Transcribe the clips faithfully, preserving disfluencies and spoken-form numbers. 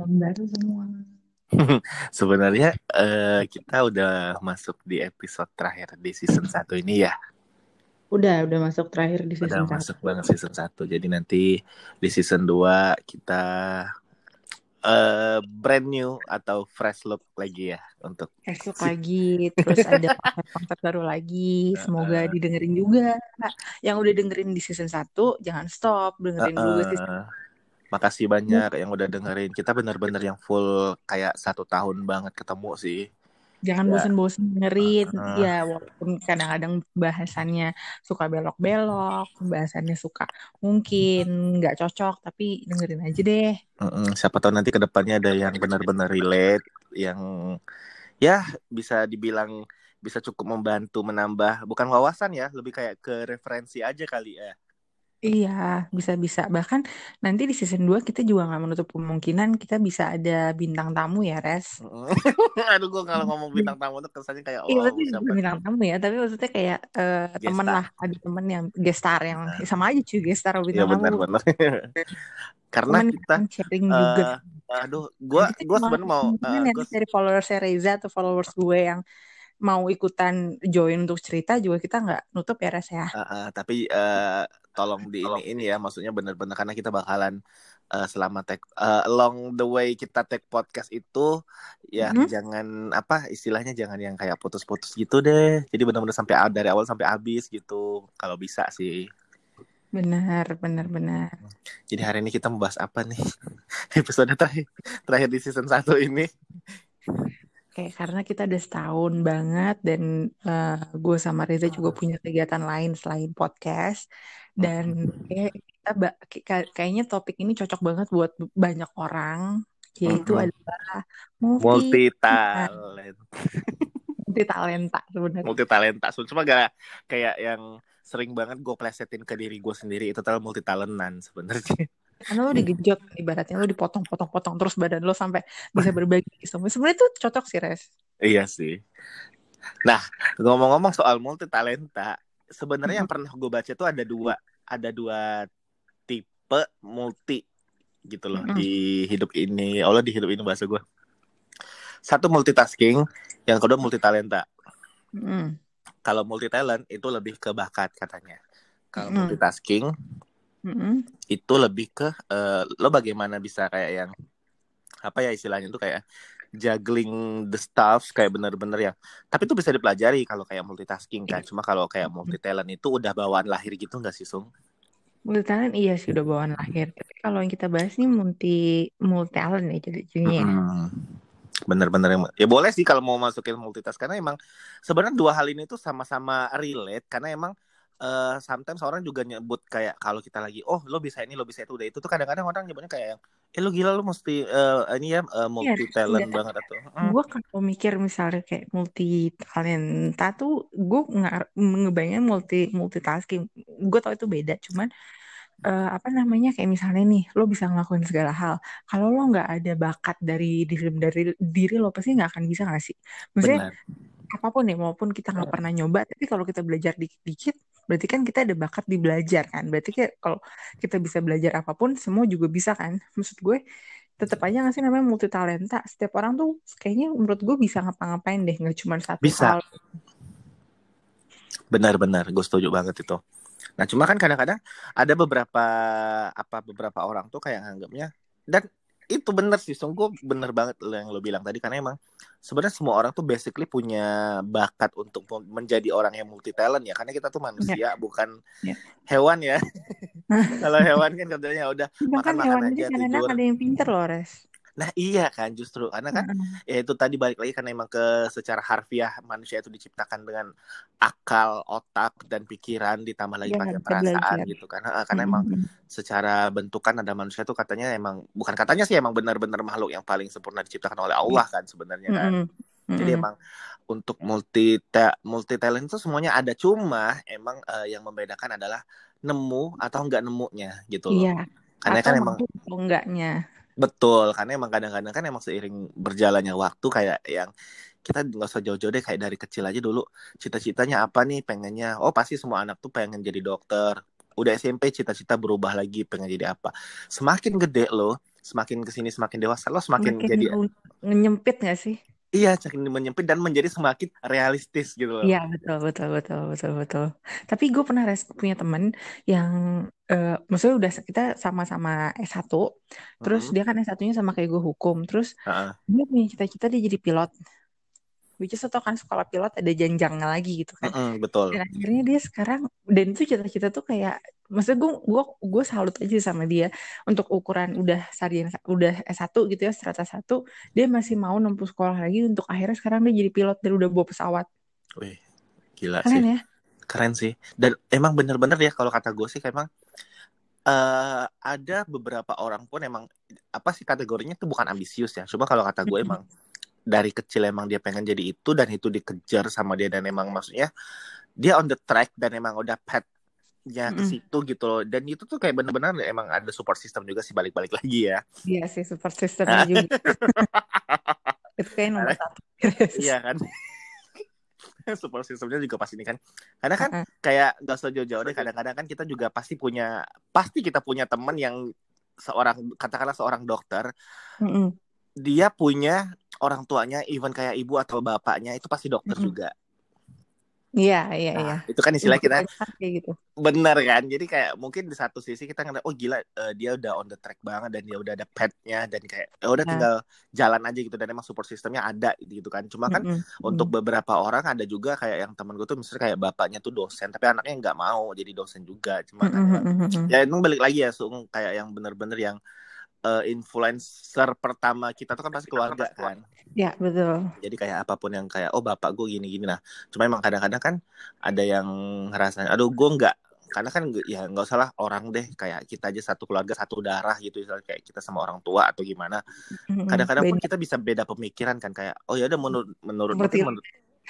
tahun baru semua. Sebenarnya uh, kita udah masuk di episode terakhir di season satu ini ya. Udah, udah masuk terakhir di Udah season masuk satu. banget season satu. Jadi nanti di season dua kita uh, brand new atau fresh look lagi ya untuk Esok lagi, terus ada konten baru lagi. uh, Semoga uh, didengerin juga. Yang udah dengerin di season satu, jangan stop. uh, Dengerin juga season uh. Makasih banyak yang udah dengerin. Kita bener-bener yang full kayak satu tahun banget ketemu sih. Jangan Ya. bosen-bosen Uh, dengerin. uh. Ya, walaupun kadang-kadang bahasannya suka belok-belok, bahasannya suka mungkin nggak cocok, tapi dengerin aja deh. Mm-mm. Siapa tahu nanti ke depannya ada yang benar-benar relate, yang ya bisa dibilang bisa cukup membantu menambah bukan wawasan ya, lebih kayak ke referensi aja kali ya. Iya, bisa-bisa. Bahkan nanti di season dua kita juga nggak menutup kemungkinan kita bisa ada bintang tamu ya, Res. Mm-mm. Aduh, gue kalau ngomong bintang tamu tuh kesannya kayak Iya, wow berarti bukan siapa bintang tamu ya, tapi maksudnya kayak eh, temen lah, gestar. ada temen yang guest star yang Nah, sama aja cuy, guest star sama ya bintang tamu. benar-benar. Karena Temen kita yang sharing juga. uh, aduh, gue Jadi kita gue cuma sebenarnya mau uh, kemungkinan ya gue Res, dari followersnya Reza atau followers gue yang mau ikutan join untuk cerita juga kita nggak nutup ya, Res ya. uh, uh, tapi uh, tolong di ini ini ya, maksudnya benar-benar karena kita bakalan uh, selama take uh, along the way kita take podcast itu ya Hmm? jangan apa istilahnya jangan yang kayak putus-putus gitu deh. Jadi benar-benar sampai dari awal sampai habis gitu kalau bisa sih. Benar, benar, benar. Jadi hari ini kita membahas apa nih? Episode terakhir terakhir di season satu ini. Kayak karena kita udah setahun banget dan eh, gue sama Reza juga punya kegiatan lain selain podcast dan kayak kita ba- kayak- kayaknya topik ini cocok banget buat banyak orang, yaitu Mm-mm. adalah multi Multi talent, multi talenta sebenarnya. multi talenta. Cuma gak kayak yang sering banget gue plesetin ke diri gue sendiri itu terlalu multi talentan sebenarnya. Karena lo digenjot, ibaratnya lo dipotong-potong-potong terus badan lo sampai bisa berbagi semua. Sebenarnya tuh cocok sih, Res. Iya sih. Nah, ngomong-ngomong soal multi talenta, sebenarnya Mm-mm. yang pernah gue baca tuh ada dua, ada dua tipe multi gitu loh Mm-mm. di hidup ini. Allah di hidup ini bahasa gue. Satu multitasking, yang kedua multi talenta. Mm-mm. Kalau multi talent itu lebih ke bakat katanya. Kalau Mm-mm. multitasking Mm-mm. itu lebih ke uh, lo bagaimana bisa kayak yang apa ya istilahnya tuh kayak juggling the stuff kayak bener-bener ya. Tapi itu bisa dipelajari kalau kayak multitasking kan. Cuma kalau kayak multi talent itu udah bawaan lahir gitu nggak sih, Sung? Multi talent iya sih udah bawaan lahir. Tapi kalau yang kita bahas nih multi multi talent ya jadi jadinya ya. Mm-mm. Bener-bener emang. Ya boleh sih kalau mau masukin multitask karena emang sebenarnya dua hal ini tuh sama-sama relate karena emang uh, sometimes orang juga nyebut kayak kalau kita lagi oh lo bisa ini lo bisa itu udah itu tuh kadang-kadang orang nyebutnya kayak yang eh lo gila lo mesti uh, ini ya uh, Iya, multi talent enggak. banget atau mm, Gue kalau mikir misalnya kayak multi talenta tuh gue nggak ngebayangin multi multitasking. Gue tau itu beda, cuman eh, apa namanya kayak misalnya nih lo bisa ngelakuin segala hal. Kalau lo nggak ada bakat dari diri dari diri lo pasti nggak akan bisa nggak sih? Maksudnya benar. apapun ya, maupun kita nggak pernah nyoba, tapi kalau kita belajar dikit-dikit, berarti kan kita ada bakat di belajar kan. Berarti kayak kalau kita bisa belajar apapun, semua juga bisa kan. Maksud gue, tetap aja nggak sih namanya multi talenta. Setiap orang tuh kayaknya menurut gue bisa ngapa-ngapain deh, nggak cuma satu Bisa. hal. Benar-benar gue setuju banget itu. Nah, cuma kan kadang-kadang ada beberapa apa beberapa orang tuh kayak nganggapnya dan itu bener sih, sungguh bener banget lo yang lo bilang tadi karena emang sebenarnya semua orang tuh basically punya bakat untuk menjadi orang yang multi talent ya karena kita tuh Ya, manusia bukan ya. hewan ya. Kalau hewan kan katanya udah Bahkan makan-makan hewan aja aja kadang-kadang tidur. ada yang pinter loh, Res. Nah iya kan justru karena kan Heeh. ya itu tadi balik lagi karena emang ke secara harfiah manusia itu diciptakan dengan akal, otak dan pikiran ditambah lagi Ya, pakai bisa perasaan belajar. gitu kan. Nah, karena emang Mm-mm. secara bentukan ada manusia tuh katanya emang bukan katanya sih emang benar-benar makhluk yang paling sempurna diciptakan oleh Allah kan sebenarnya kan. Mm-mm. Jadi Mm-mm. emang untuk multi ta- multi talent itu semuanya ada cuma emang eh, yang membedakan adalah nemu atau enggak nemunya gitu loh. Iya. Karena Atau kan emang mampu atau enggaknya. betul, karena emang kadang-kadang kan emang seiring berjalannya waktu kayak yang kita nggak usah jauh-jauh deh kayak dari kecil aja dulu cita-citanya apa nih pengennya oh pasti semua anak tuh pengen jadi dokter udah S M P cita-cita berubah lagi pengen jadi apa semakin gede loh semakin kesini semakin dewasa lo semakin Makin jadi nyempit gak sih? iya semakin menyempit dan menjadi semakin realistis gitu loh. Iya betul betul betul betul betul. Tapi gue pernah res punya temen yang eh, maksudnya udah kita sama-sama S satu, terus Mm-mm. dia kan S satunya sama kayak gue hukum, terus Uh-uh. dia punya cita-cita dia jadi pilot. Which is atau kan sekolah pilot ada jenjangnya lagi gitu kan. Mm-mm, betul. Dan akhirnya dia sekarang dan itu cita-cita tuh kayak maksudnya gue gue gue salut aja sama dia untuk ukuran udah sarjana udah S satu gitu ya strata satu dia masih mau nempuh sekolah lagi untuk akhirnya sekarang dia jadi pilot dan udah bawa pesawat. Wih, gila sih. Keren ya? Keren sih. Dan emang bener-bener ya kalau kata gue sih kayak emang eh, ada beberapa orang pun emang apa sih kategorinya tuh bukan ambisius ya. Coba kalau kata gue emang dari kecil emang dia pengen jadi itu dan itu dikejar sama dia dan emang maksudnya dia on the track dan emang udah path-nya ke Mm-mm. situ gitu loh. Dan itu tuh kayak bener-bener emang ada support system juga sih balik-balik lagi ya. Iya sih support systemnya juga itu kayak nomor satu. Iya kan. Support systemnya juga pasti ini kan. Karena kan Heeh. kayak gak usah jauh-jauh deh. Kadang-kadang kan kita juga pasti punya, pasti kita punya teman yang seorang, katakanlah seorang dokter, Mm-mm. dia punya orang tuanya, even kayak ibu atau bapaknya itu pasti dokter Mm-mm. juga. Iya iya iya. Nah, itu kan istilah Ibu kita kebanyakan kayak gitu. bener kan. Jadi kayak mungkin di satu sisi kita ngeliat, oh gila, eh, dia udah on the track banget dan dia udah ada pet-nya dan kayak ya udah Ya. tinggal jalan aja gitu dan emang support sistemnya ada gitu kan. Cuma kan Mm-mm. untuk Mm. beberapa orang ada juga kayak yang temen gue tuh misalnya kayak bapaknya tuh dosen tapi anaknya nggak mau jadi dosen juga. Cuma kan Mm-mm. emang Mm-mm. ya emang balik lagi ya Sung kayak yang bener-bener yang eh, influencer pertama kita tuh kan pasti keluarga kan. Ya betul. Jadi kayak apapun yang kayak oh bapak gue gini-gini nah. Cuma emang kadang-kadang kan ada yang ngerasain aduh gue nggak karena kan ya nggak usah lah orang deh kayak kita aja satu keluarga satu darah gitu misalnya kayak kita sama orang tua atau gimana Mm-mm. kadang-kadang pun Beda. kita bisa beda pemikiran kan kayak oh ya udah menurut menurut Seperti mungkin menurut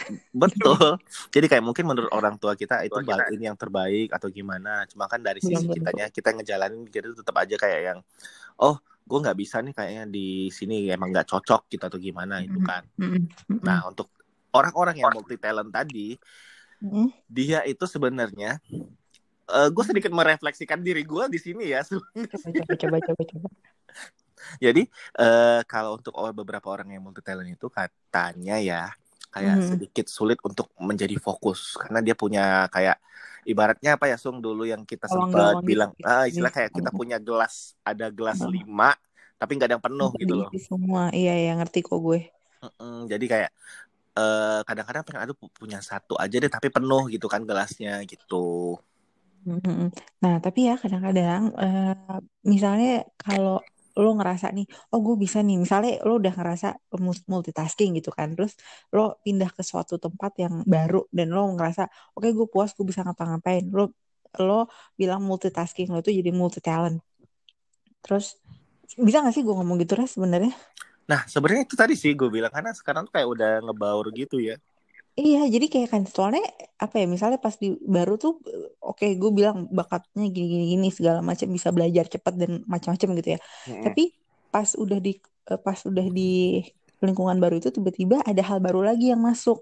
betul jadi kayak mungkin menurut orang tua kita itu tua kita ini yang terbaik atau gimana cuma kan dari belum sisi tentu. kitanya kita ngejalanin kita tetap aja kayak yang oh gue nggak bisa nih kayaknya di sini emang nggak cocok gitu atau gimana itu Mm-mm. kan. Mm-mm. Mm-mm. Nah untuk orang-orang yang multi talent tadi Mm-mm. dia itu sebenarnya uh, gue sedikit merefleksikan diri gue di sini ya. Coba coba coba coba coba. Jadi uh, kalau untuk beberapa orang yang multi talent itu katanya ya kayak Mm-mm. sedikit sulit untuk menjadi fokus karena dia punya kayak ibaratnya apa ya Sung dulu yang kita sempat Gawang-gawang gitu. bilang ah, Ini istilah kayak kita punya gelas ada gelas lima tapi nggak ada yang penuh untuk gitu loh. diisi semua. Iya ya ngerti kok gue. Mm-mm, jadi kayak uh, kadang-kadang pengen aduh punya satu aja deh tapi penuh gitu kan gelasnya gitu. Mm-mm. Nah, tapi ya kadang-kadang eh, misalnya kalau lo ngerasa nih, oh gue bisa nih, misalnya lo udah ngerasa mus- multitasking gitu kan, terus lo pindah ke suatu tempat yang baru dan lo ngerasa, oke gue puas, gue bisa ngapa-ngapain, lo lo bilang multitasking lo itu jadi multi talent, terus bisa gak sih gue ngomong gitu Res sebenarnya? Nah, sebenarnya itu tadi sih gue bilang karena sekarang tuh kayak udah ngebaur gitu ya. Iya, jadi kayak kan soalnya apa ya, misalnya pas di baru tuh, oke gue bilang bakatnya gini-gini gini segala macam bisa belajar cepat dan macam-macam gitu ya. Mm-mm. Tapi pas udah di eh, pas udah di lingkungan baru itu tiba-tiba ada hal baru lagi yang masuk.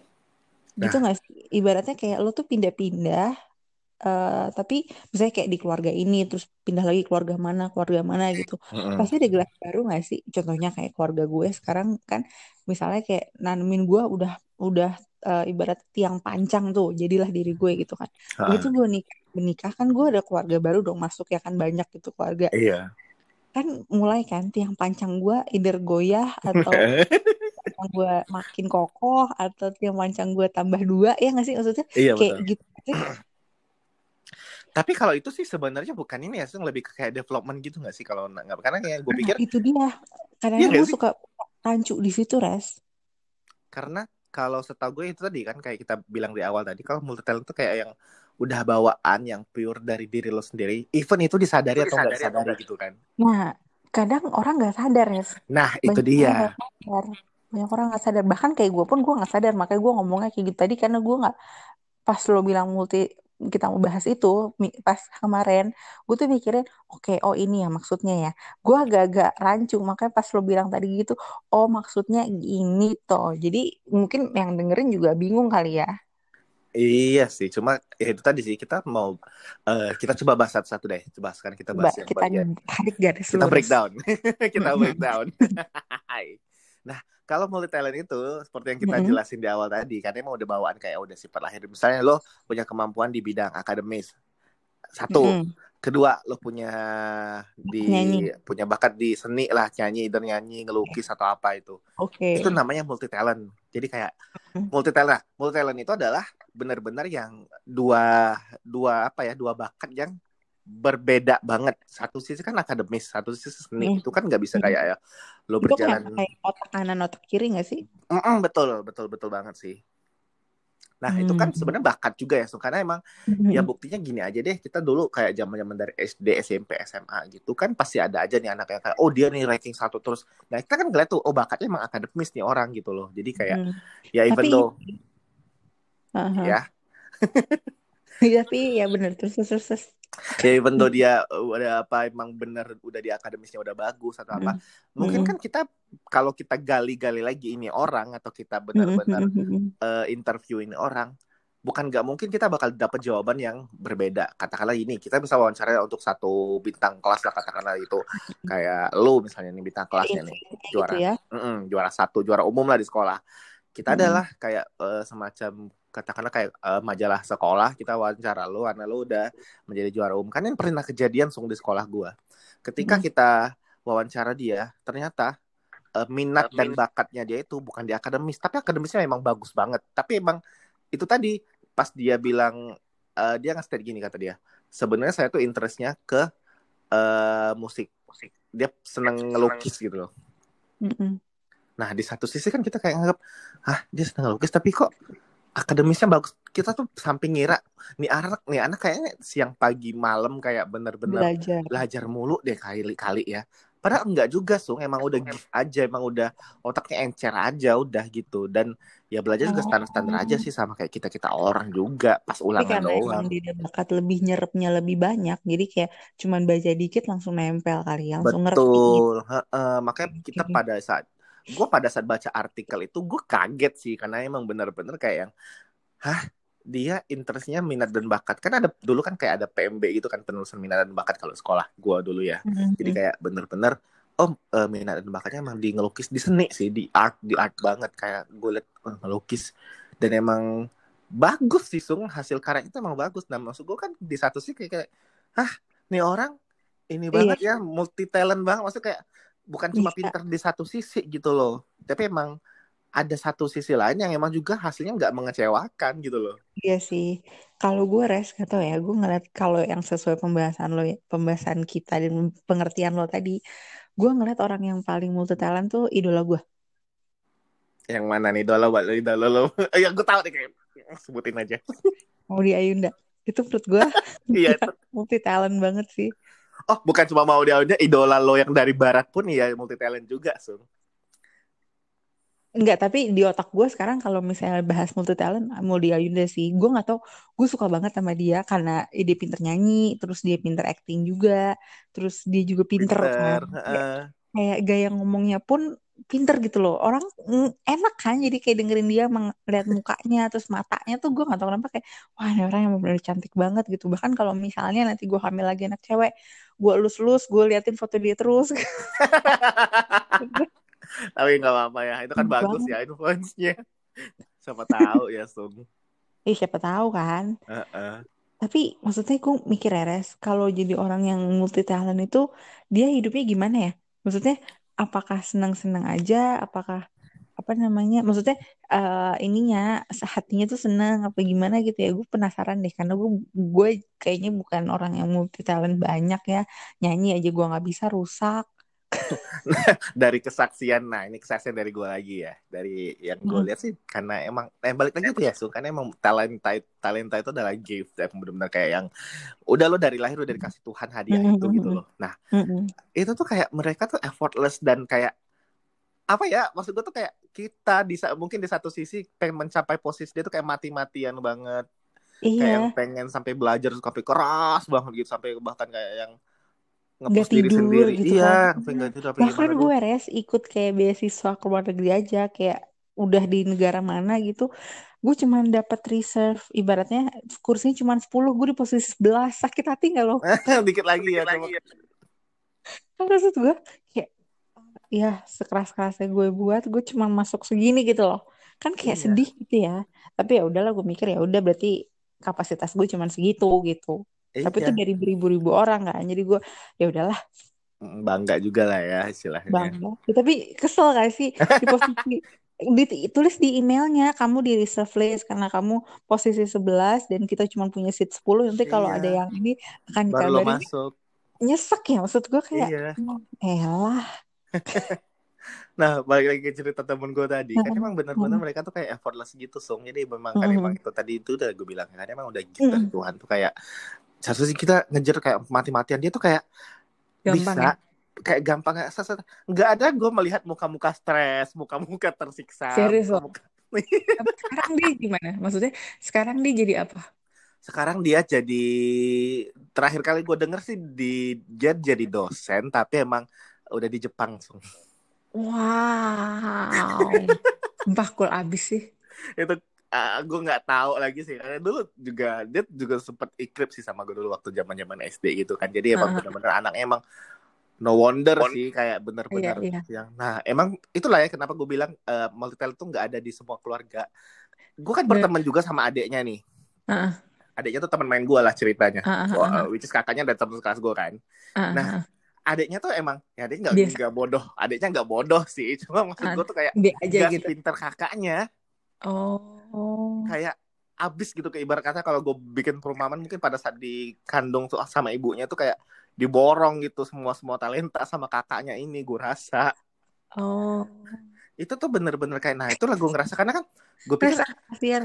Gitu Nah, nggak sih? Ibaratnya kayak lo tuh pindah-pindah, eh, tapi misalnya kayak di keluarga ini terus pindah lagi keluarga mana keluarga mana gitu mm-mm. pasti ada gelas baru nggak sih contohnya kayak keluarga gue sekarang kan misalnya kayak nanemin gue udah udah eh, ibarat tiang pancang tuh jadilah diri gue gitu kan begitu Ha-ha. gue nikah menikah kan gue ada keluarga baru dong masuk ya kan banyak gitu keluarga Iya. kan mulai kan tiang pancang gue either goyah atau pancang gue makin kokoh atau tiang pancang gue tambah dua ya nggak sih maksudnya Iya kayak betul. gitu sih. Tapi kalau itu sih sebenarnya bukan ini ya, Sung, lebih ke kayak development gitu nggak sih kalau nggak karena kayak gue Nah, pikir itu dia. iya Kadang-kadang nggak gue sih? suka rancu di situ, Res. Karena kalau setahu gue itu tadi kan kayak kita bilang di awal tadi kalau multi talent itu kayak yang udah bawaan yang pure dari diri lo sendiri, even itu disadari atau nggak disadari gitu kan. Nah, kadang orang nggak sadar, Res. Nah, itu Banyak orang nggak dia. sadar. Banyak orang nggak sadar. Bahkan kayak gue pun gue nggak sadar. Makanya gue ngomongnya kayak gitu tadi karena gue nggak pas lo bilang multi kita mau bahas itu mi- pas kemarin gue tuh mikirin oke oh ini ya maksudnya ya gue agak-agak rancu makanya pas lo bilang tadi gitu oh maksudnya gini toh jadi mungkin yang dengerin juga bingung kali ya. Iya sih, cuma ya itu tadi sih kita mau uh, kita coba bahas satu-satu deh. Coba sekarang kita Coba bahas yang kita bagian tarik garis kita lurus. breakdown, kita Mm-mm. breakdown. Nah, kalau multi talent itu seperti yang kita Mm-mm. jelasin di awal tadi, karena emang udah bawaan kayak udah sifat lahir. Misalnya lo punya kemampuan di bidang akademis, satu. Mm-mm. Kedua, lo punya di Nyanyi. punya bakat di seni lah, nyanyi, dan nyanyi, ngelukis atau apa itu. Itu Oke. namanya multi talent. Jadi kayak multi talent. Nah, multi talent itu adalah benar-benar yang dua dua apa ya, dua bakat yang berbeda banget. Satu sisi kan akademis, satu sisi seni. Mm. Itu kan nggak bisa Mm. kayak ya lo Itu kayak berjalan. pakai otak kanan otak kiri nggak sih? Mm-mm, betul, betul, betul banget sih. Nah, itu kan Hmm. sebenarnya bakat juga ya, so, karena emang ya Mm-mm. buktinya gini aja deh, kita dulu kayak zaman-zaman dari S D, S M P, S M A gitu kan pasti ada aja nih anak yang kayak oh dia nih ranking satu terus. Nah, kita kan ngeliat tuh oh bakatnya emang akademis nih orang gitu loh. Jadi kayak Mm. ya Tapi even though uh-huh. ya Tapi ya benar terus terus terus. terus. ya even though dia udah apa emang bener udah di akademisnya udah bagus atau apa, Mm. mungkin Mm. kan kita kalau kita gali-gali lagi ini orang atau kita Mm. benar-benar Mm. uh, interview ini orang, bukan nggak mungkin kita bakal dapat jawaban yang berbeda. Katakanlah ini kita bisa wawancara untuk satu bintang kelas lah, katakanlah itu kayak lu misalnya nih bintang kelasnya nih Insight-nya gitu juara ya. mm-mm, juara satu juara umum lah di sekolah. Kita Mm. adalah kayak uh, semacam katakanlah kayak uh, majalah sekolah, kita wawancara lu karena lu udah menjadi juara umum. Kan yang pernah kejadian sung di sekolah gua. Ketika Mm. kita wawancara dia, ternyata uh, minat dan bakatnya dia itu bukan di akademis, tapi akademisnya memang bagus banget. Tapi emang itu tadi pas dia bilang uh, dia ngasih gini kata dia. Sebenarnya saya tuh interestnya ke uh, musik. Dia seneng ngelukis gitu loh. Mm. Nah di satu sisi kan kita kayak nganggap, ah dia seneng ngelukis tapi kok akademisnya bagus. Kita tuh samping ngira nih anak nih anak kayaknya siang pagi malam kayak bener-bener Belajar. belajar mulu deh kali-kali ya. Padahal enggak juga Sung, emang udah gift aja, emang udah otaknya encer aja udah gitu. Dan ya belajar juga standar-standar aja Oh. sih sama kayak kita-kita orang juga pas Tapi ulangan karena emang doang. dia ada bakat lebih nyerapnya lebih banyak, jadi kayak cuman baca dikit langsung nempel kali ya, langsung ngerti gitu. Betul. Heeh, makanya kita Oke. pada saat gue pada saat baca artikel itu gue kaget sih karena emang bener-bener kayak yang hah dia interestnya minat dan bakat kan ada dulu kan kayak ada P M B gitu kan penulisan minat dan bakat kalau sekolah gua dulu ya, jadi Mhm. kayak bener-bener oh eh, minat dan bakatnya emang di ngelukis di seni sih di art di art banget kayak gue liat oh, ngelukis dan emang bagus sih Sung hasil karya itu emang bagus. Nah maksud gue kan di satu sih kayak, kayak hah nih orang ini Iya, banget ya multi talent banget maksudnya kayak bukan cuma bisa. pinter di satu sisi gitu loh tapi emang ada satu sisi lain yang emang juga hasilnya nggak mengecewakan gitu loh. Iya sih. Kalau gue res, gak tau ya, gue ngeliat kalau yang sesuai pembahasan lo, ya, pembahasan kita dan pengertian lo tadi, gue ngeliat orang yang paling multi talent tuh idola gue. Yang mana nih idola buat idola lo? Ya gue tahu nih kayak sebutin aja. Maudy Ayunda. Itu menurut gue Iya itu. multi talent banget sih. Oh bukan cuma mau dia aja idola lo yang dari barat pun ya multi talent juga Sung. Enggak, tapi di otak gue sekarang kalau misalnya bahas multi talent, Maudy Ayunda sih. Gue nggak tahu, gue suka banget sama dia karena dia pinter nyanyi, terus dia pinter acting juga, terus dia juga pinter kan. Pinter. Kayak, Uh, kayak gaya ngomongnya pun pinter gitu loh. Orang mm, enak kan, jadi kayak dengerin dia melihat mukanya, terus matanya tuh gue nggak tahu kenapa kayak, wah ini orang yang benar cantik banget gitu. Bahkan kalau misalnya nanti gue hamil lagi anak cewek, gue elus-elus, gue liatin foto dia terus. Tapi nggak apa-apa ya. Itu kan Cantik bagus banget. ya influence-nya. Siapa tahu ya Sung. Ih, siapa tahu kan. Uh-uh. Tapi maksudnya gue mikir ya, Res, kalau jadi orang yang multi talent itu dia hidupnya gimana ya? Maksudnya apakah senang-senang aja? Apakah apa namanya? Maksudnya eh, ininya hatinya tuh senang apa gimana gitu ya? Gue penasaran deh karena gue gue kayaknya bukan orang yang multi talent banyak ya. Nyanyi aja gue nggak bisa rusak. Dari kesaksian, nah ini kesaksian dari gue lagi ya, dari yang gue Mm, lihat sih karena emang eh balik lagi tuh ya Sung, karena emang talenta talenta itu adalah gift yang benar-benar kayak yang udah lo dari lahir udah dikasih Tuhan hadiah mm, itu gitu mm, loh. Nah mm, mm. itu tuh kayak mereka tuh effortless dan kayak apa ya maksud gue tuh kayak kita di mungkin di satu sisi pengen mencapai posisi dia tuh kayak mati-matian banget, kayak yang Iya, pengen sampai belajar sampai keras banget gitu sampai bahkan kayak yang nggak ngepush diri tidur sendiri gitu kan. iya sampai Nah, nggak tidur sampai bahkan gimana gue dulu. res ikut kayak beasiswa ke luar negeri aja kayak udah di negara mana gitu, gue cuman dapat reserve, ibaratnya kursinya cuma sepuluh, gue di posisi sebelas, sakit hati nggak lo? Dikit lagi ya coba. Kan maksud gue kayak ya sekeras-kerasnya gue buat, gue cuma masuk segini gitu loh, kan kayak Iya, sedih gitu ya. Tapi ya udahlah, gue mikir ya udah berarti kapasitas gue cuma segitu gitu. Tapi itu iya. dari beribu-ribu orang kan, jadi gue ya udahlah, Mm, bangga juga lah ya istilahnya. bangga. Ya, tapi kesel gak sih di posisi, ditulis di emailnya kamu di reserve list karena kamu posisi sebelas dan kita cuma punya seat sepuluh, nanti kalau ada Iya, yang ini akan baru lo dikabarin. masuk. Nyesek ya, maksud gue kayak Iya. elah. Nah, balik lagi ke cerita temen gue tadi, kan emang Mm, bener-bener mm, mereka tuh kayak effortless gitu, Song. Jadi memang kan emang mm, itu tadi itu udah gue bilang kan emang udah gift dari mm. Tuhan tuh kayak seharusnya sih kita ngejar kayak mati-matian, dia tuh kayak Gampang ya. bisa kayak gampang kayak set- set- nggak ada gue melihat muka-muka stres, muka-muka tersiksa, Serius loh. muka-muka. Tapi sekarang dia gimana? Maksudnya sekarang dia jadi apa? Sekarang dia jadi terakhir kali gue denger sih di dia jadi dosen tapi emang udah di Jepang, Song. Wow. Sumpah cool abis sih. Itu uh, gue nggak tahu lagi sih karena dulu juga dia juga sempet ikrip sih sama gue dulu waktu zaman zaman S D gitu kan, jadi emang Heeh. bener-bener anaknya emang no wonder Pon. sih kayak Iya, bener-bener iya. yang nah emang itulah ya kenapa gue bilang uh, multi talent tuh nggak ada di semua keluarga. Gue kan Bener. berteman juga sama adeknya nih, Heeh. adeknya tuh teman main gue lah ceritanya. Heeh, Wah, heeh, uh, which is kakaknya dari teman kelas gue kan. heeh, Nah, heeh. adiknya tuh emang ya adiknya nggak Biasa. nggak bodoh, adiknya nggak bodoh sih, cuma maksud Heeh. gue tuh kayak Dia aja gas gitu. pinter kakaknya, Oh. kayak abis gitu, ke ibarat kata kalau gue bikin perumpamaan mungkin pada saat dikandung tuh sama ibunya tuh kayak diborong gitu semua semua talenta sama kakaknya ini gue rasa. Oh. Itu tuh bener-bener kayak nah itulah gue ngerasa karena kan gue pikir Rasa kasihan.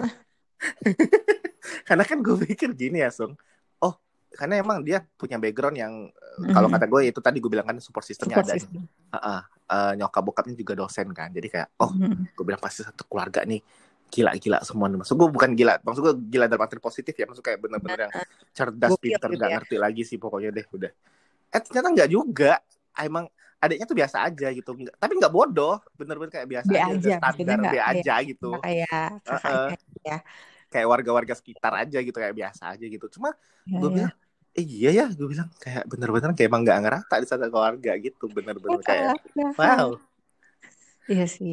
karena kan gue pikir gini ya Sung, oh karena emang dia punya background yang eh, kalau Mhm. kata gue itu tadi gue bilang kan support systemnya Support ada nih. system. Uh-uh. Uh, nyokap bokapnya juga dosen kan, jadi kayak oh Mhm. gue bilang pasti satu keluarga nih gila-gila semua. Maksud gue bukan gila, maksud gue gila dalam arti positif ya, maksud kayak bener-bener yang Nah, cerdas, gokil pinter, gitu nggak ya. ngerti lagi sih pokoknya deh udah. Eh ternyata nggak juga, emang adiknya tuh biasa aja gitu. Nggak- tapi nggak bodoh, bener-bener kayak biasa B aja, udah aja, maksudnya standar B nggak kayak aja nggak gitu. kayak Uh-uh. kakaknya ya. Kayak warga-warga sekitar aja gitu, kayak biasa aja gitu. Cuma Ya, gue bilang ya. eh iya ya, gue bilang kayak bener-bener kayak emang nggak ngerata di satu keluarga gitu, bener-bener kayak Jahat, jahat. wow. Iya sih.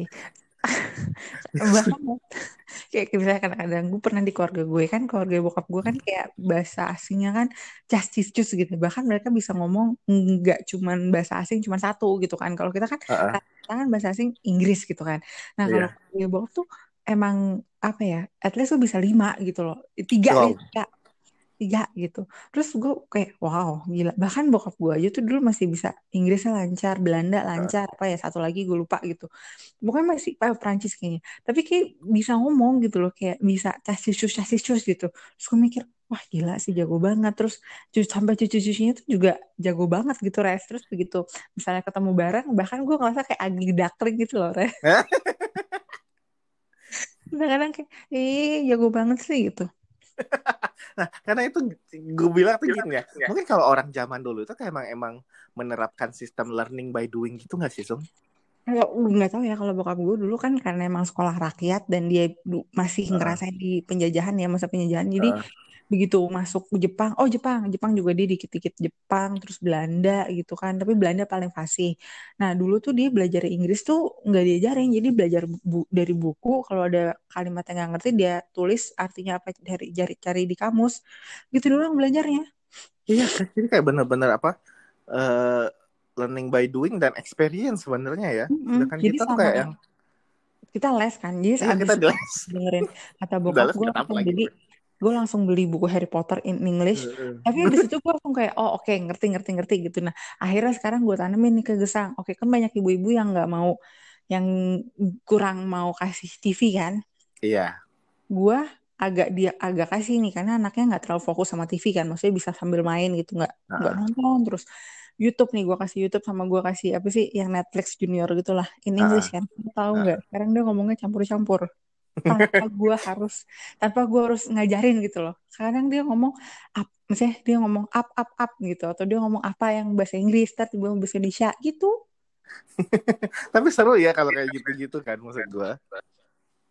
Bahkan kayak misalnya kadang-kadang gue pernah di keluarga gue kan, keluarga bokap gue kan kayak bahasa asingnya kan cus gitu, bahkan mereka bisa ngomong nggak cuman bahasa asing cuman satu gitu kan, kalau kita kan Uh-uh. rata-rata kan bahasa asing Inggris gitu kan. Nah kalau Iya. keluarga bokap tuh emang apa ya, at least lo bisa lima gitu loh, tiga deh, Wow. tiga tiga gitu. Terus gue kayak wow gila, bahkan bokap gue aja tuh dulu masih bisa Inggrisnya lancar, Belanda Uh, lancar, apa ya satu lagi gue lupa gitu, bukan masih eh, Prancis kayaknya, tapi kayak bisa ngomong gitu loh, kayak bisa casis-cus casis-cus gitu. Terus gue mikir wah gila sih, jago banget. Terus cu- sampai cucu-cucunya tuh juga jago banget gitu, Res. Terus begitu misalnya ketemu bareng, bahkan gue ngerasa kayak agi dakling gitu loh, Res. Kadang-kadang kayak ih jago banget sih gitu. Nah, karena itu gue bilang tuh gini ya. Mungkin kalau orang zaman dulu itu kayak emang emang menerapkan sistem learning by doing gitu nggak sih, Sung? Kalau nggak tahu ya, kalau bokap gue dulu kan karena emang sekolah rakyat dan dia du- masih Uh, ngerasain di penjajahan ya, masa penjajahan. Jadi uh, begitu masuk ke Jepang, oh Jepang, Jepang juga dia dikit-dikit Jepang, terus Belanda gitu kan. Tapi Belanda paling fasih. Nah dulu tuh dia belajar Inggris tuh nggak diajarin, jadi belajar bu- dari buku. Kalau ada kalimat yang nggak ngerti dia tulis artinya apa, dari cari cari di kamus. Gitu doang belajarnya. iya, kan jadi kayak bener-bener apa uh, learning by doing dan experience sebenarnya ya. Mm-mm. Sedangkan Jadi kita tuh sama kayak yang kita les kan, jadi iya abis kita itu jelas dengerin kata bokap jelas gue nggak apa langsung lagi. beli, gue langsung beli buku Harry Potter in English. Uh, Tapi abis itu gue langsung kayak oh oke, ngerti ngerti ngerti gitu. Nah akhirnya sekarang gue tanemin nih ke Gesang, oke kan banyak ibu-ibu yang nggak mau, yang kurang mau kasih T V kan. iya. Gue agak dia agak kasih nih karena anaknya nggak terlalu fokus sama T V kan, maksudnya bisa sambil main gitu, nggak nggak Uh, nonton terus. YouTube nih gue kasih YouTube, sama gue kasih apa sih yang Netflix Junior gitulah in English uh, kan. Lu tahu nggak uh. sekarang dia ngomongnya campur-campur, tanpa gue harus tanpa gue harus ngajarin gitu loh. Kadang dia ngomong up, misalnya dia ngomong up up up gitu, atau dia ngomong apa yang bahasa Inggris, tapi dia ngomong bahasa Indonesia gitu. Tapi seru ya kalau kayak gitu-gitu kan maksud gue.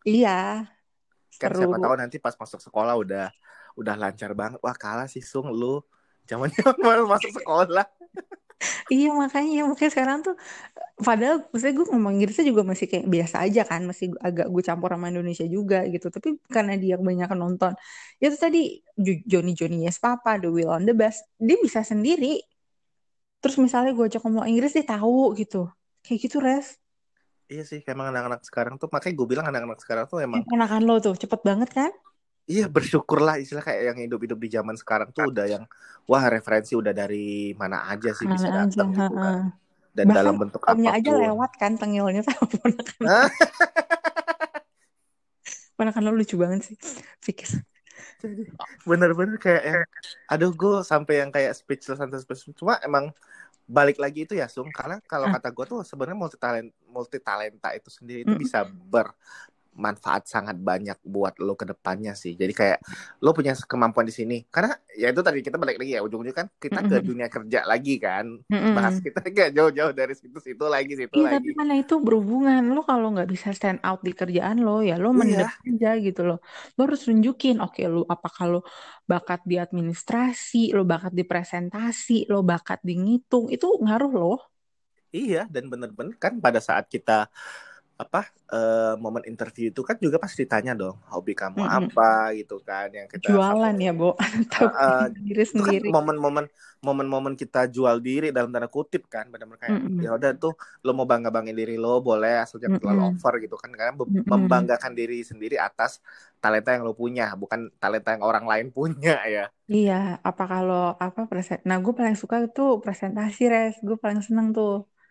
Iya, Kan siapa seru. tahu nanti pas masuk sekolah udah udah lancar banget. Wah kalah sih Sung lu. Zaman-zaman baru masuk sekolah. Iya makanya, makanya sekarang tuh, padahal maksudnya gue ngomong Inggrisnya juga masih kayak biasa aja kan, masih agak gue campur sama Indonesia juga gitu. Tapi karena dia kebanyakan nonton, ya itu tadi Jo- Johnny Johnny Yes Papa, The Will on the Bus, dia bisa sendiri. Terus misalnya gue ajak ngomong Inggris dia tahu gitu. Kayak gitu res. Iya sih, emang anak-anak sekarang tuh, makanya gue bilang anak-anak sekarang tuh emang, Yang ponakan lo tuh cepet banget kan? iya bersyukurlah istilah kayak yang hidup-hidup di zaman sekarang tuh udah yang, wah referensi udah dari mana aja sih Mana bisa aja. datang gitu Heeh. kan. Dan Bahkan dalam bentuk omnya aja apapun. lewat kan tengilnya sama ponakan. Hah? Ponakan lo lucu banget sih. Fikir. Jadi bener-bener kayak yang, aduh gue sampai yang kayak speechless sampai speechless. Cuma emang balik lagi itu ya Sung, karena kalau Ah, kata gue tuh sebenarnya multi talent multi talenta itu sendiri itu mm, bisa bermanfaat sangat banyak buat lo ke depannya sih. Jadi kayak lo punya kemampuan di sini, karena ya itu tadi kita balik lagi ya ujung-ujungnya kan mm, kita ke mm, dunia kerja lagi kan, mm, bahas mm. kita gak jauh-jauh dari situ situ lagi situ Iya tapi lagi. karena itu berhubungan. Lo kalau nggak bisa stand out di kerjaan lo, ya lo mendem Iya, aja gitu loh. Lo harus tunjukin, oke lo apa kalau bakat di administrasi, lo bakat di presentasi, lo bakat di ngitung, itu ngaruh loh. iya dan bener-bener kan pada saat kita apa eh, momen interview itu kan juga pasti ditanya dong hobi kamu Mm-mm. apa gitu kan yang kita kamu. Jualan ya, Bo. Uh, Tapi uh, diri itu kan sendiri. momen-momen momen-momen kita jual diri dalam tanda kutip kan benar-benar kayak ya Mm-mm. udah tuh lo mau bangga-banggain diri lo boleh asal jangan terlalu Mm-mm. over gitu kan karena be- Mm-mm. membanggakan diri sendiri atas talenta yang lo punya bukan talenta yang orang lain punya ya. Iya, apa kalau apa presen? Nah, gue paling suka itu presentasi, res. Gue paling seneng tuh.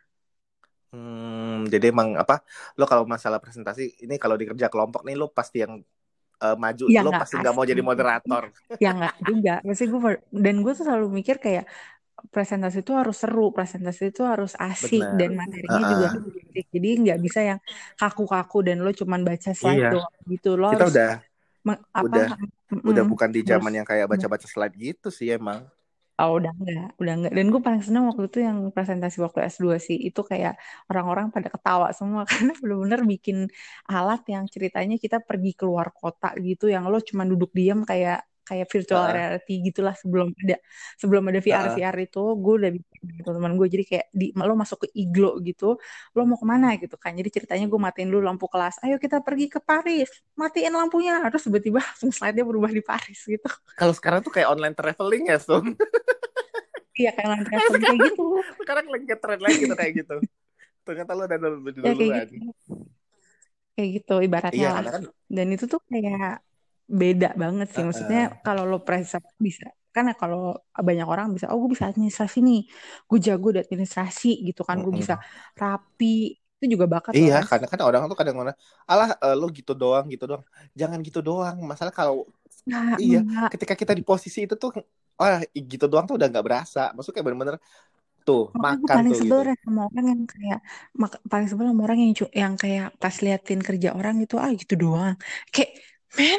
Hmm, jadi emang apa lo kalau masalah presentasi ini kalau di kerja kelompok nih lo pasti yang eh, maju Ya lo nggak pasti nggak mau pasti, jadi moderator. ya nggak juga. Maksudnya gue dan gue tuh selalu mikir kayak presentasi itu harus seru, presentasi itu harus asik Bener. dan materinya juga Uh-uh. harus asik. Jadi nggak bisa yang kaku-kaku dan lo cuman baca slide Iya, doang gitu. Lo kita harus udah me- apa? udah mm, udah bukan di harus zaman yang kayak baca-baca slide gitu sih emang. Oh, udah enggak, udah enggak. Dan gue paling seneng waktu itu yang presentasi waktu S dua sih. Itu kayak orang-orang pada ketawa semua karena bener-bener bikin alat yang ceritanya kita pergi keluar kota gitu yang lo cuma duduk diam kayak kayak virtual Heeh, reality gitulah sebelum ada sebelum ada V R heeh. V R itu gue udah bikin gitu teman gue jadi kayak di lo masuk ke iglo gitu lo mau kemana gitu kan jadi ceritanya gue matiin dulu lampu kelas ayo kita pergi ke Paris matiin lampunya terus tiba-tiba langsung slide-nya berubah di Paris gitu Kalau sekarang tuh kayak online traveling ya, Sum. iya kayak land traveling kayak sekarang, gitu sekarang lagi ke trend lagi tuh kayak gitu. Ternyata lu udah lebih ya kayak duluan. gitu kayak gitu ibaratnya Iya, lah karena kan dan itu tuh kayak beda banget sih maksudnya heeh. kalau lo present bisa kan ya kalau banyak orang bisa oh gue bisa administrasi nih gue jago di administrasi gitu kan gue bisa Mm-mm. rapi itu juga bakat loh Iya, res karena kan orang tuh kadang-kadang alah eh, lu gitu doang, gitu doang. Jangan gitu doang. Masalah kalau nggak iya, nggak ketika kita di posisi itu tuh oh gitu doang tuh udah nggak berasa. Maksudnya kayak bener-bener tuh makanya gue makan paling tuh sebel gitu. res sama orang yang kayak mak- paling sebel sama orang yang cu- yang kayak pas liatin kerja orang gitu ah gitu doang kayak men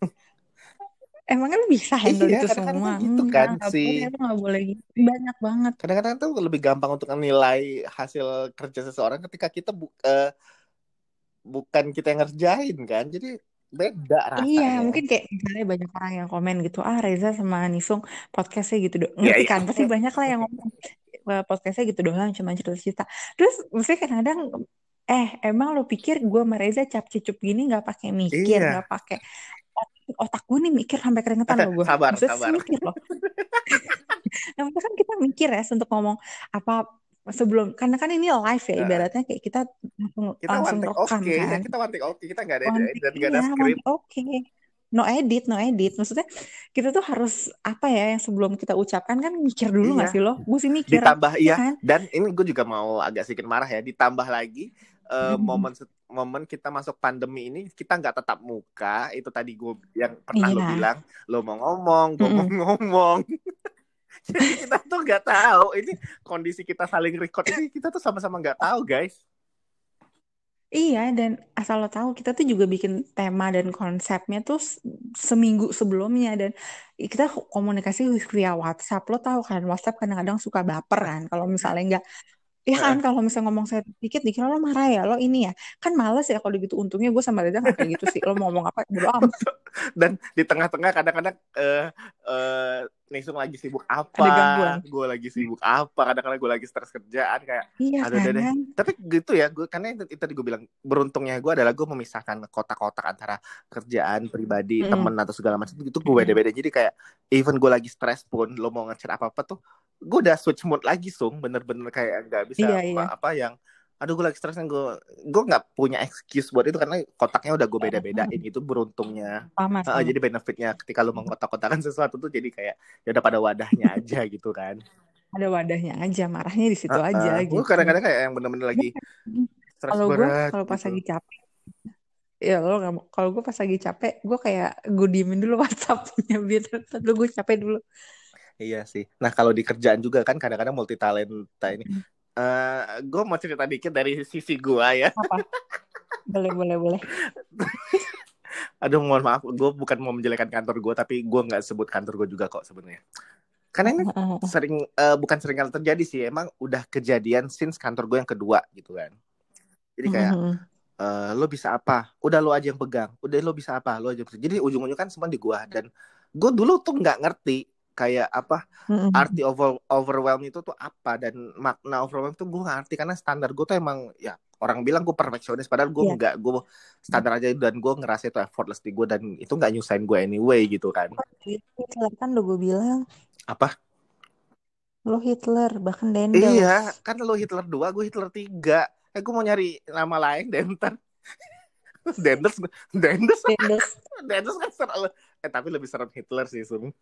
emangnya lu bisa handle Iya, itu kadang-kadang semua tuh gitu enggak kan nggak sih. boleh lu nggak boleh gitu banyak banget. Kadang-kadang tuh lebih gampang untuk menilai hasil kerja seseorang ketika kita bu eh, bukan kita yang ngerjain kan. Jadi beda Iya, rasanya. mungkin kayak misalnya banyak orang yang komen gitu, ah Reza sama Nisung podcastnya gitu doang. Iya, Ngerti iya. kan? Pasti banyak lah yang ngomong "Wah, podcastnya gitu doang, cuma cerita-cerita. Terus mesti kadang-kadang, eh emang lo pikir gue sama Reza cap cicup gini nggak pakai mikir, nggak Iya. pakai otak, otak gue nih mikir sampai keringetan loh gue. Sabar, Maksudnya sih sabar. mikir loh. Yang penting kan kita mikir ya untuk ngomong apa sebelum, karena kan ini live ya Heeh. ibaratnya kayak kita langsung, Kita one langsung take rekam oke. Ya, kan. kita one take oke. Kita nggak ada One edit take, dan nggak iya, ada one skrip. take oke. No edit, no edit. Maksudnya kita tuh harus apa ya yang sebelum kita ucapkan kan mikir dulu nggak Iya. sih lo? Gue sih mikir, Ditambah ya iya. kan? Dan ini gue juga mau agak sedikit marah ya. Ditambah lagi eh, Mm. momen momen kita masuk pandemi ini kita nggak tatap muka. Itu tadi gue yang pernah lo Iya. bilang. Lo mau ngomong, gue mau Mm-mm. ngomong. Jadi kita tuh nggak tahu ini kondisi kita saling record ini kita tuh sama-sama nggak tahu guys. Iya, dan asal lo tahu kita tuh juga bikin tema dan konsepnya tuh s- seminggu sebelumnya dan kita komunikasi via WhatsApp. Lo tahu kan, WhatsApp kadang-kadang suka baper kan kalau misalnya nggak Ya kan Heeh. kalau misalnya ngomong saya dikit dikit lo marah ya lo ini ya kan males ya kalau gitu untungnya gue sama Reza nggak kayak gitu sih lo mau ngomong apa bodo amat Dan di tengah-tengah kadang-kadang eh eh Nisung lagi sibuk ada apa, gangguan gue lagi sibuk apa, kadang-kadang gue lagi stres kerjaan kayak iya aduh deh deh. kan. Tapi gitu ya, gue karena itu, itu tadi gue bilang beruntungnya gue adalah gue memisahkan kotak-kotak antara kerjaan, pribadi, temen Mm-mm. atau segala macam itu gue Mm-mm. beda-beda. Jadi kayak even gue lagi stres pun, lo mau ngechat apa-apa tuh, gue udah switch mood lagi sung, bener-bener kayak nggak bisa Iya iya apa yang aduh gue lagi stres kan gue gue nggak punya excuse buat itu karena kotaknya udah gue beda-bedain Mm-mm. itu beruntungnya. sama Uh, sama jadi benefitnya ketika lu mengkotak-kotakan sesuatu tuh jadi kayak ya udah pada wadahnya aja gitu kan. ada wadahnya aja marahnya di situ Uh, aja uh, gue gitu. kadang-kadang kayak yang bener-bener lagi stres Kalau gue berat kalau pas gitu. lagi capek ya lo nggak mau kalau gue pas lagi capek gue kayak gue diemin dulu WhatsAppnya biar dulu gue capek dulu. Iya sih. Nah kalau di kerjaan juga kan kadang-kadang multi talenta ini. Uh, gue mau cerita dikit dari sisi gue ya. Apa boleh boleh boleh. Aduh mohon maaf, gue bukan mau menjelekan kantor gue tapi gue nggak sebut kantor gue juga kok sebenarnya. Karena ini sering uh, bukan sering kali terjadi sih, emang udah kejadian since kantor gue yang kedua gitu kan. Jadi kayak Uh, lo bisa apa? Udah lo aja yang pegang. Udah lo bisa apa? Lo aja. Jadi ujung-ujungnya kan semua di gua dan gua dulu tuh nggak ngerti kayak apa arti over overwhelm itu tuh apa dan makna overwhelm tuh gua nggak ngerti karena standar gua tuh emang ya orang bilang gua perfeksionis padahal gua Iya. nggak gua standar aja dan gua ngerasa itu effortless di gua dan itu nggak nyusahin gua anyway gitu kan. Hitler kan udah gue bilang Apa? lo Hitler bahkan Iya, Dendels. kan lo Hitler dua, gue Hitler tiga. Eh, gue mau nyari nama lain dan ntar Dendels, Dendels Dendels Densus kan serem. Eh tapi lebih serem Hitler sih Sung.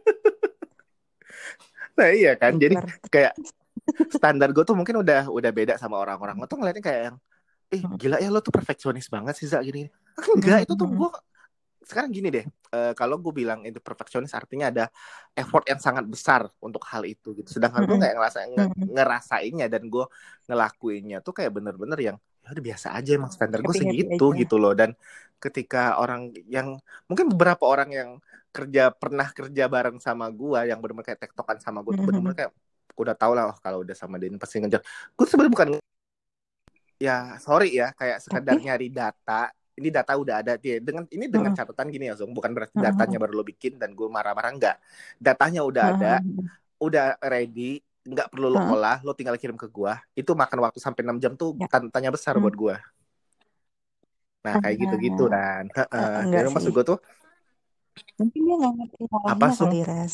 Nah iya kan. Jadi Hitler. kayak standar gue tuh mungkin udah udah beda sama orang-orang. Lo tuh ngeliatnya kayak yang, eh gila ya lo tuh perfeksionis banget sih Zak gini. Enggak, itu tuh gue sekarang gini deh. Uh, kalau gue bilang itu perfeksionis artinya ada effort yang sangat besar untuk hal itu gitu. Sedangkan gue nggak ngerasa nge- ngerasainnya dan gue ngelakuinnya tuh kayak bener-bener yang ya udah biasa aja emang standar gue Happy happy segitu aja. gitu loh. Dan ketika orang yang mungkin beberapa orang yang kerja pernah kerja bareng sama gue yang bener-bener kayak tektokan sama gue tuh bener-bener kayak udah tau lah oh, kalau udah sama dia ini pasti ngejar. Gue sebenarnya bukan ya sorry ya kayak sekedar Tapi nyari data ini data udah ada dia dengan ini dengan catatan gini ya Zong bukan berarti datanya baru lo bikin dan gue marah-marah enggak datanya udah ada udah ready nggak perlu lo olah lo tinggal kirim ke gue itu makan waktu sampai enam jam tuh ya. tanya besar buat gue nah kayak gitu-gitu Uh, kan enggak jadi sih. maksud gue tuh Mungkin dia nggak ngerti apa ngolahnya Sung kali, Res.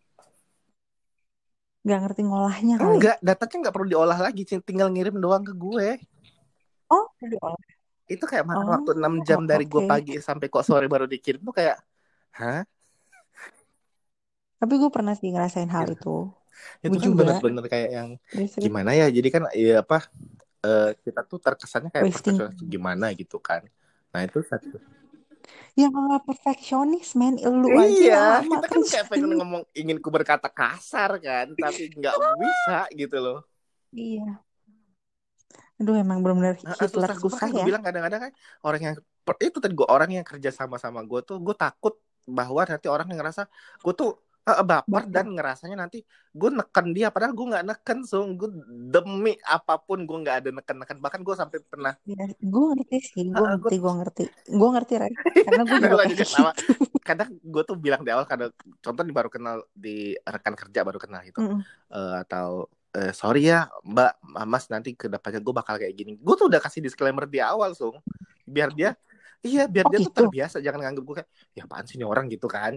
Nggak ngerti ngolahnya kali. enggak datanya nggak perlu diolah lagi tinggal ngirim doang ke gue Oh, udah diolah. itu kayak makan Oh, waktu enam jam dari gue oke. pagi sampai kok sore baru dikirim tuh kayak hah Tapi gue pernah sih ngerasain hal gitu. itu. Itu Gue kan juga. bener-bener kayak yang Terus gimana ya jadi kan ya apa uh, kita tuh terkesannya kayak wasting. perfeksionis gimana gitu kan nah itu satu Ya nggak perfeksionis, men. Lu aja iya yang lama kita kan kayak pengen kerjanya. ngomong ingin ku berkata kasar kan tapi nggak bisa gitu loh. Iya. Aduh, emang benar-benar Nah, Hitler susah sumpah susah kayak gue ya. bilang kadang-kadang kan orang yang itu tadi gue orang yang kerja sama sama gue tuh gue takut bahwa nanti orang yang ngerasa gue tuh uh, baper dan Baper. ngerasanya nanti gue neken dia padahal gue nggak neken so gue demi apapun gue nggak ada neken-neken bahkan gue sampai pernah Ya, gue ngerti sih. Gue uh, gue ngerti, tuh gue ngerti. Gue ngerti, Ray. Karena gue juga lo kayak juga sama gitu. kadang gue tuh bilang di awal kadang contoh nih baru kenal di rekan kerja baru kenal gitu Mm-mm. uh, atau uh, sorry ya Mbak Mas nanti kedepannya gue bakal kayak gini gue tuh udah kasih disclaimer di awal so biar dia iya biar Oh dia tuh gitu. terbiasa jangan nganggep gue kayak ya apaan sih nih orang gitu kan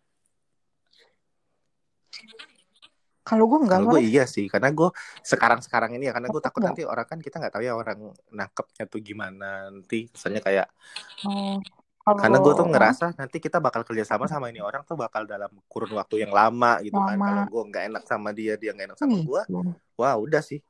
Kalau gue enggak kalau loh, gue Res. iya sih karena gue sekarang sekarang ini ya karena gue Aku takut enggak. nanti orang kan kita nggak tahu ya orang nangkepnya tuh gimana nanti misalnya kayak Oh, kalau karena gue tuh uh, ngerasa nanti kita bakal kerja sama sama ini orang tuh bakal dalam kurun waktu yang lama gitu kan kalau lama gue nggak enak sama dia dia nggak enak oh, sama gue gitu. wah udah sih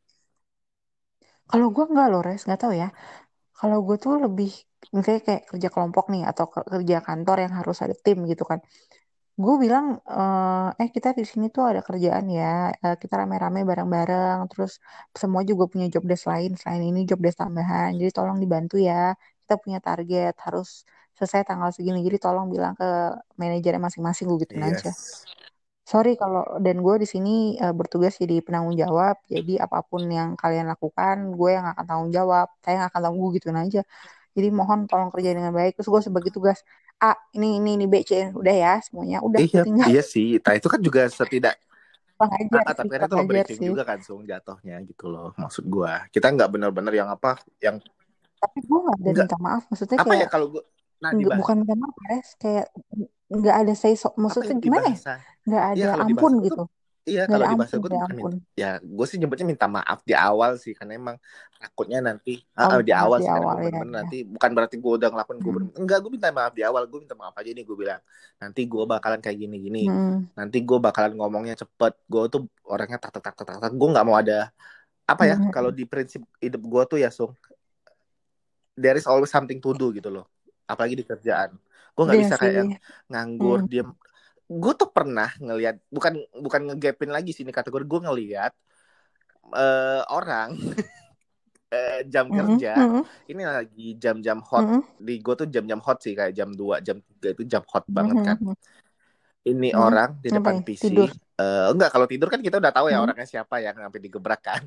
Kalau gue enggak loh, Res. Nggak tahu ya. Kalau gue tuh lebih misalnya kayak kerja kelompok nih atau ke- kerja kantor yang harus ada tim gitu kan. Gue bilang, eh eh, kita di sini tuh ada kerjaan ya, eh, kita rame-rame bareng-bareng, terus semua juga punya job desk lain, selain ini job desk tambahan, jadi tolong dibantu ya, kita punya target, harus selesai tanggal segini, jadi tolong bilang ke manajernya masing-masing, gue gituin aja. yes sorry kalau dan gue di sini eh, bertugas jadi penanggung jawab. Jadi apapun yang kalian lakukan, gue yang akan tanggung jawab. Saya yang akan tanggung gituin aja. Jadi mohon tolong kerja dengan baik. Terus gue sebagai tugas A, ini ini ini B, C, udah ya semuanya. Udah Iya, gue tinggal iya sih. Nah itu kan juga setidak kurang ah, ajar ah, sih, tapi kan kurang itu lo ajar briefing sih. juga kan Sung jatuhnya gitu loh. Maksud gua, kita nggak benar-benar yang apa, yang Tapi gue nggak ada nggak minta maaf. Maksudnya apa ya kayak kalau gua nah nggak dibahas bukan minta maaf ya, kayak nggak ada say so. apa Maksudnya ya di gimana ya? bahasa Nggak iya ada kalau di ampun bahasa gua tuh gitu. iya Nggak kalau ada di bahasa ampun, gua nggak tuh ada bukan ampun. minta ya gue sih nyebutnya minta maaf di awal sih karena emang takutnya nanti ah, Oh ah, di minta maaf awal di sih karena awal emang ya. bener-bener Ya. nanti bukan berarti gue udah ngelakuin gue Hmm. bener enggak gue minta maaf di awal gue minta maaf aja nih gue bilang nanti gue bakalan kayak gini-gini Hmm. nanti gue bakalan ngomongnya cepet gue tuh orangnya tak tak tak tak tak gue nggak mau ada apa ya kalau Hmm. di prinsip hidup gue tuh ya Sung there is always something to do gitu loh apalagi di kerjaan gue nggak Iya bisa sih. kayak yang nganggur Hmm. diem gue tuh pernah ngelihat bukan bukan ngegapin lagi sini kategori gue ngelihat eh, orang eh, jam Hmm. kerja Hmm. ini lagi jam-jam hot Hmm. di gue tuh jam-jam hot sih kayak jam dua jam tiga itu jam hot Hmm. banget kan Hmm. ini Hmm. orang di depan Ngapain? P C Tidur. eh, enggak kalau tidur kan kita udah tahu ya Hmm. orangnya siapa yang sampai digebrak kan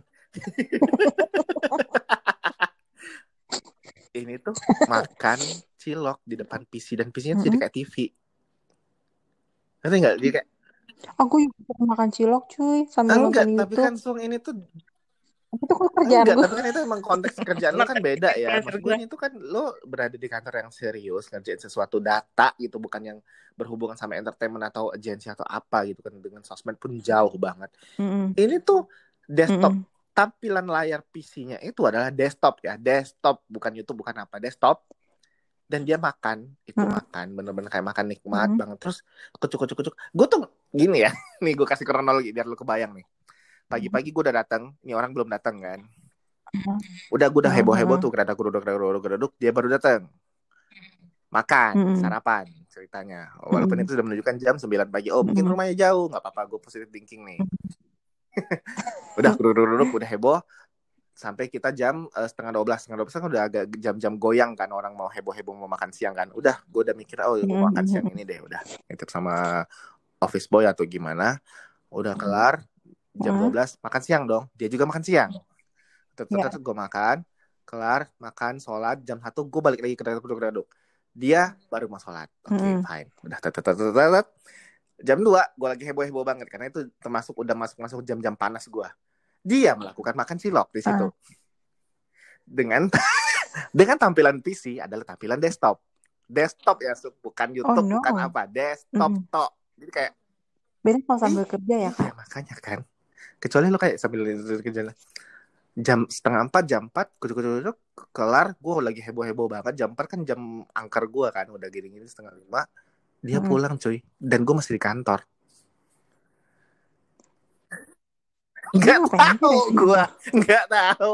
ini tuh makan cilok di depan P C dan P C-nya tuh jadi Hmm. kayak T V ngerti nggak dia kayak Aku juga pernah makan cilok cuy sambil enggak nonton tapi YouTube. kan Sung ini tuh Tapi itu kan kerjaan enggak, gue. tapi kan itu emang konteks kerjaan lo Emang kan kerja- beda ya. freelancer Maksud gue gue. ini tuh kan lo berada di kantor yang serius, ngerjain sesuatu data gitu, bukan yang berhubungan sama entertainment atau agensi atau apa gitu kan. Dengan sosmed pun jauh banget. Hmm. Ini tuh desktop, Hmm. tampilan layar P C-nya itu adalah desktop ya. Desktop, bukan YouTube, bukan apa. Desktop. Dan dia makan, itu Hmm. makan, bener-bener kayak makan nikmat Hmm. banget. Terus kucuk-kucuk-kucuk. Gue tuh gini ya, nih gue kasih kronologi biar lo kebayang nih. Pagi-pagi gue udah datang, ini orang belum datang kan udah gue udah heboh heboh Hmm. tuh gerada geruduk gerada geruduk geruduk dia baru datang makan Hmm. sarapan ceritanya walaupun Hmm. itu sudah menunjukkan jam sembilan pagi oh mungkin Hmm. rumahnya jauh nggak apa-apa gue positive thinking nih udah geruduk geruduk udah heboh sampai kita jam uh, setengah dua belas setengah dua belas kan udah agak jam-jam goyang kan orang mau heboh heboh mau makan siang kan udah gue udah mikir oh gue mau makan siang Hmm. ini deh udah nitip sama office boy atau gimana udah kelar jam dua Hmm. belas makan siang dong dia juga makan siang Ya. tetep gue makan kelar makan sholat jam satu gue balik lagi ke geruduk-geruduk dia baru mau sholat oke okay, Hmm. fine udah tetet jam dua gue lagi heboh-heboh banget karena itu termasuk udah masuk-masuk jam-jam panas gue dia melakukan makan cilok di situ Ah. dengan dengan tampilan P C adalah tampilan desktop desktop ya bukan Oh YouTube bukan no. apa desktop Hmm. tok jadi kayak Beda kalau ih sambil kerja ya iya kak. makanya kan kecuali lo kayak sambil kerja jam setengah empat jam empat kucuk kucuk kelar gue lagi heboh heboh banget jam empat kan jam angker gue kan udah gini gini setengah lima dia Hmm. pulang cuy dan gue masih di kantor Dia nggak ngapain aja tahu Res di gue kantor? nggak tahu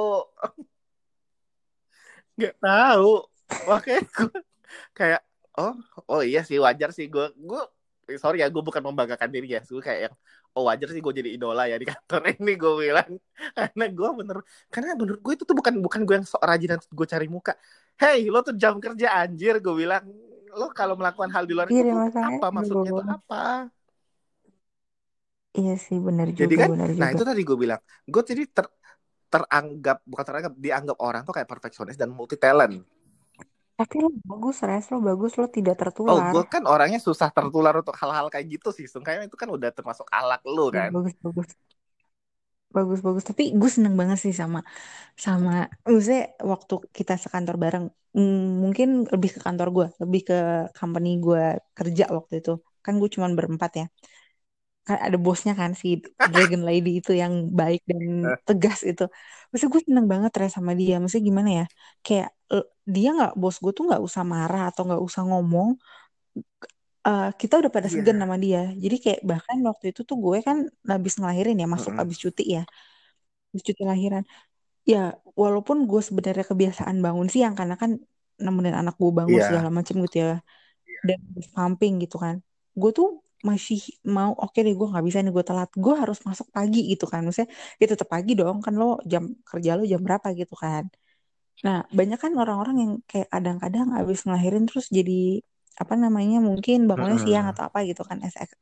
nggak tahu makanya gue kayak oh oh iya sih wajar sih gue gue sorry ya gue bukan membanggakan diri ya gue kayak yang oh wajar sih gue jadi idola ya di kantor ini gue bilang karena gue bener karena menurut gue itu tuh bukan bukan gue yang sok rajin dan gue cari muka hey lo tuh jam kerja anjir gue bilang lo kalau melakukan hal di luar Iya itu deh tuh masalahnya. apa maksudnya tuh Aduh. apa Iya sih benar jadi juga kan benar nah juga. itu tadi gue bilang gue jadi ter, teranggap bukan teranggap dianggap orang tuh kayak perfeksionis dan multi talent. Tapi lo bagus Res, lo bagus, lo tidak Oh, tertular. gue kan orangnya susah tertular untuk hal-hal kayak gitu sih. Kayaknya itu kan udah termasuk alak lu Iya kan. bagus bagus bagus bagus. Tapi gue seneng banget sih sama sama. Maksudnya waktu kita sekantor bareng, mm, mungkin lebih ke kantor gue, lebih ke company gue kerja waktu itu. Kan gue cuman berempat ya. Kan ada bosnya kan si Dragon Lady itu yang baik dan tegas itu. Maksudnya gue seneng banget Res sama dia. Maksudnya gimana ya? Kayak eh, dia nggak bos gue tuh nggak usah marah atau nggak usah ngomong. Eh, kita udah pada segan Iya. sama dia. Jadi kayak bahkan waktu itu tuh gue kan habis ngelahirin ya, masuk Mm-mm. habis cuti ya, habis cuti lahiran. Ya walaupun gue sebenarnya kebiasaan bangun siang karena kan nemenin anak gue bangun segala Iya. macem gitu ya, dan pumping gitu kan. Gue tuh masih mau oke deh gue nggak bisa nih gue telat gue harus masuk pagi gitu kan maksudnya ya tetap pagi dong kan lo jam kerja lo jam berapa gitu kan. Nah banyak kan orang-orang yang kayak kadang-kadang abis ngelahirin terus jadi apa namanya mungkin bangunnya siang Mm-mm. atau apa gitu kan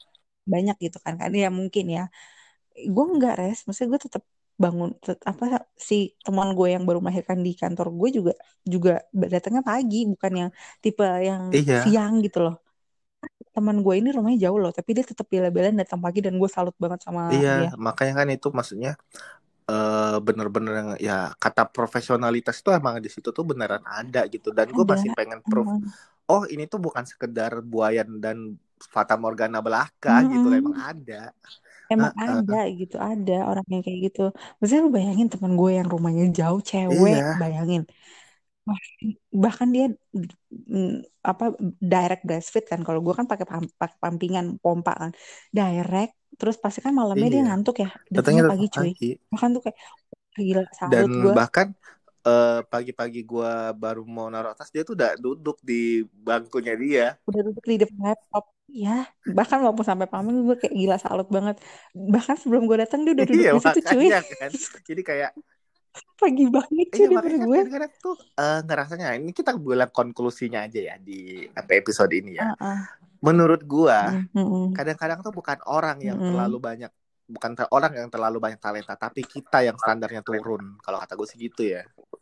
banyak gitu kan kan ya mungkin ya gue enggak res maksudnya gue tetap bangun tet- apa si teman gue yang baru melahirkan di kantor gue juga juga datangnya pagi bukan yang tipe yang Iya, siang gitu loh teman gue ini rumahnya jauh loh tapi dia tetap bela-belain datang pagi dan gue salut banget sama iya, dia makanya kan itu maksudnya eh, bener-bener yang ya kata profesionalitas itu emang di situ tuh beneran ada gitu. Dan gue ada masih pengen proof, emang oh ini tuh bukan sekedar buayan dan fata morgana belaka gitu loh, emang Mm-mm. ada. Emang Heeh. ada gitu ada orang yang kayak gitu maksudnya lu bayangin teman gue yang rumahnya jauh cewek Iya, bayangin Bah- bahkan dia mm, apa direct breastfeed kan kalau gue kan pakai pam- pakai pampingan pompa kan direct terus pasti kan malamnya dia iya. ngantuk ya Datangnya datangnya pagi tetap cuy pagi. bahkan tuh kayak gila Dan salut gue bahkan eh, pagi-pagi gue baru mau naruh tas, dia tuh udah duduk di bangkunya dia. udah duduk di depan laptop ya bahkan walaupun sampai pamit gue kayak gila salut banget bahkan sebelum gue datang dia udah duduk Iya di situ cuy makanya kan. Jadi kayak pagi banget cuy iya daripada makanya kan gue kadang-kadang tuh eh, ngerasanya ini kita bilang konklusinya aja ya di apa episode ini ya. ah ah. Menurut gua Mm, mm, mm, kadang-kadang tuh bukan orang mm, yang terlalu mm. banyak, bukan ter- orang yang terlalu banyak talenta, tapi kita yang standarnya turun. Kalau kata gue sih gitu ya.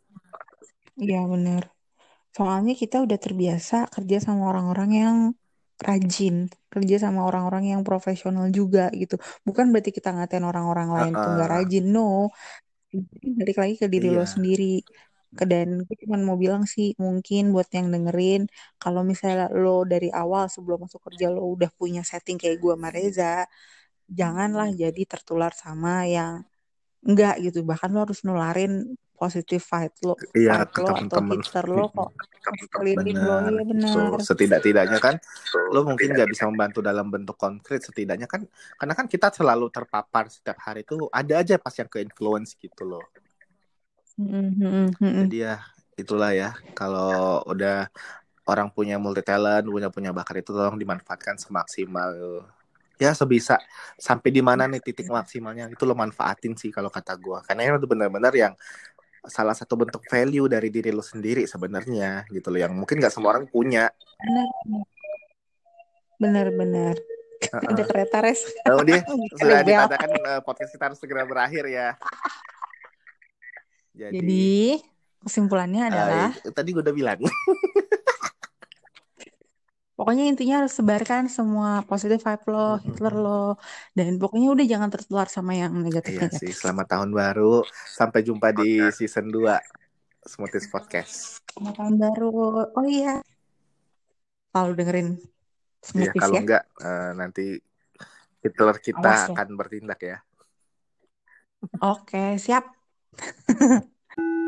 Iya bener soalnya kita udah terbiasa kerja sama orang-orang yang rajin, kerja sama orang-orang yang profesional juga gitu. Bukan berarti kita ngatain orang-orang lain tuh nggak Heeh. rajin, no. Balik lagi ke diri lo Iya, sendiri. Ke- Dan gue cuma mau bilang sih, mungkin buat yang dengerin, kalau misalnya lo dari awal sebelum masuk kerja lo udah punya setting kayak gue sama Reza, janganlah jadi tertular sama yang enggak gitu. Bahkan lo harus nularin positif vibe lo, iya vibe ke lo atau teman-teman. hitter lo kok keliling lo, Benar iya gitu. benar. Setidak-tidaknya kan lo mungkin nggak bisa membantu dalam bentuk konkret, setidaknya kan karena kan kita selalu terpapar setiap hari tuh ada aja pas yang ke influence gitu loh. Mm, mm, mm, Jadi mm. ya itulah ya, kalau udah orang punya multi talent, punya punya bakat itu tolong dimanfaatkan semaksimal ya sebisa. Sampai di mana nih titik maksimalnya itu lo manfaatin sih kalau kata gue, karena itu benar-benar yang salah satu bentuk value dari diri lo sendiri sebenarnya gitu loh, yang mungkin nggak semua orang punya. Benar, benar, benar. Ada Heeh. kereta res. Oh dia Ada sudah bel. dikatakan uh, podcast kita harus segera berakhir ya. Jadi, Jadi kesimpulannya uh, adalah, ya, tadi gue udah bilang. pokoknya intinya harus sebarkan semua positif vibe lo, Hitler lo, dan pokoknya udah jangan tertular sama yang Iya sih, negatif-negatif. selamat tahun baru. Sampai jumpa di season dua Smoothies Podcast. Selamat tahun baru. Oh iya, selalu dengerin Iya, Smoothies kalau ya. enggak uh, nanti Hitler kita Awas lo. akan bertindak ya. Oke, siap.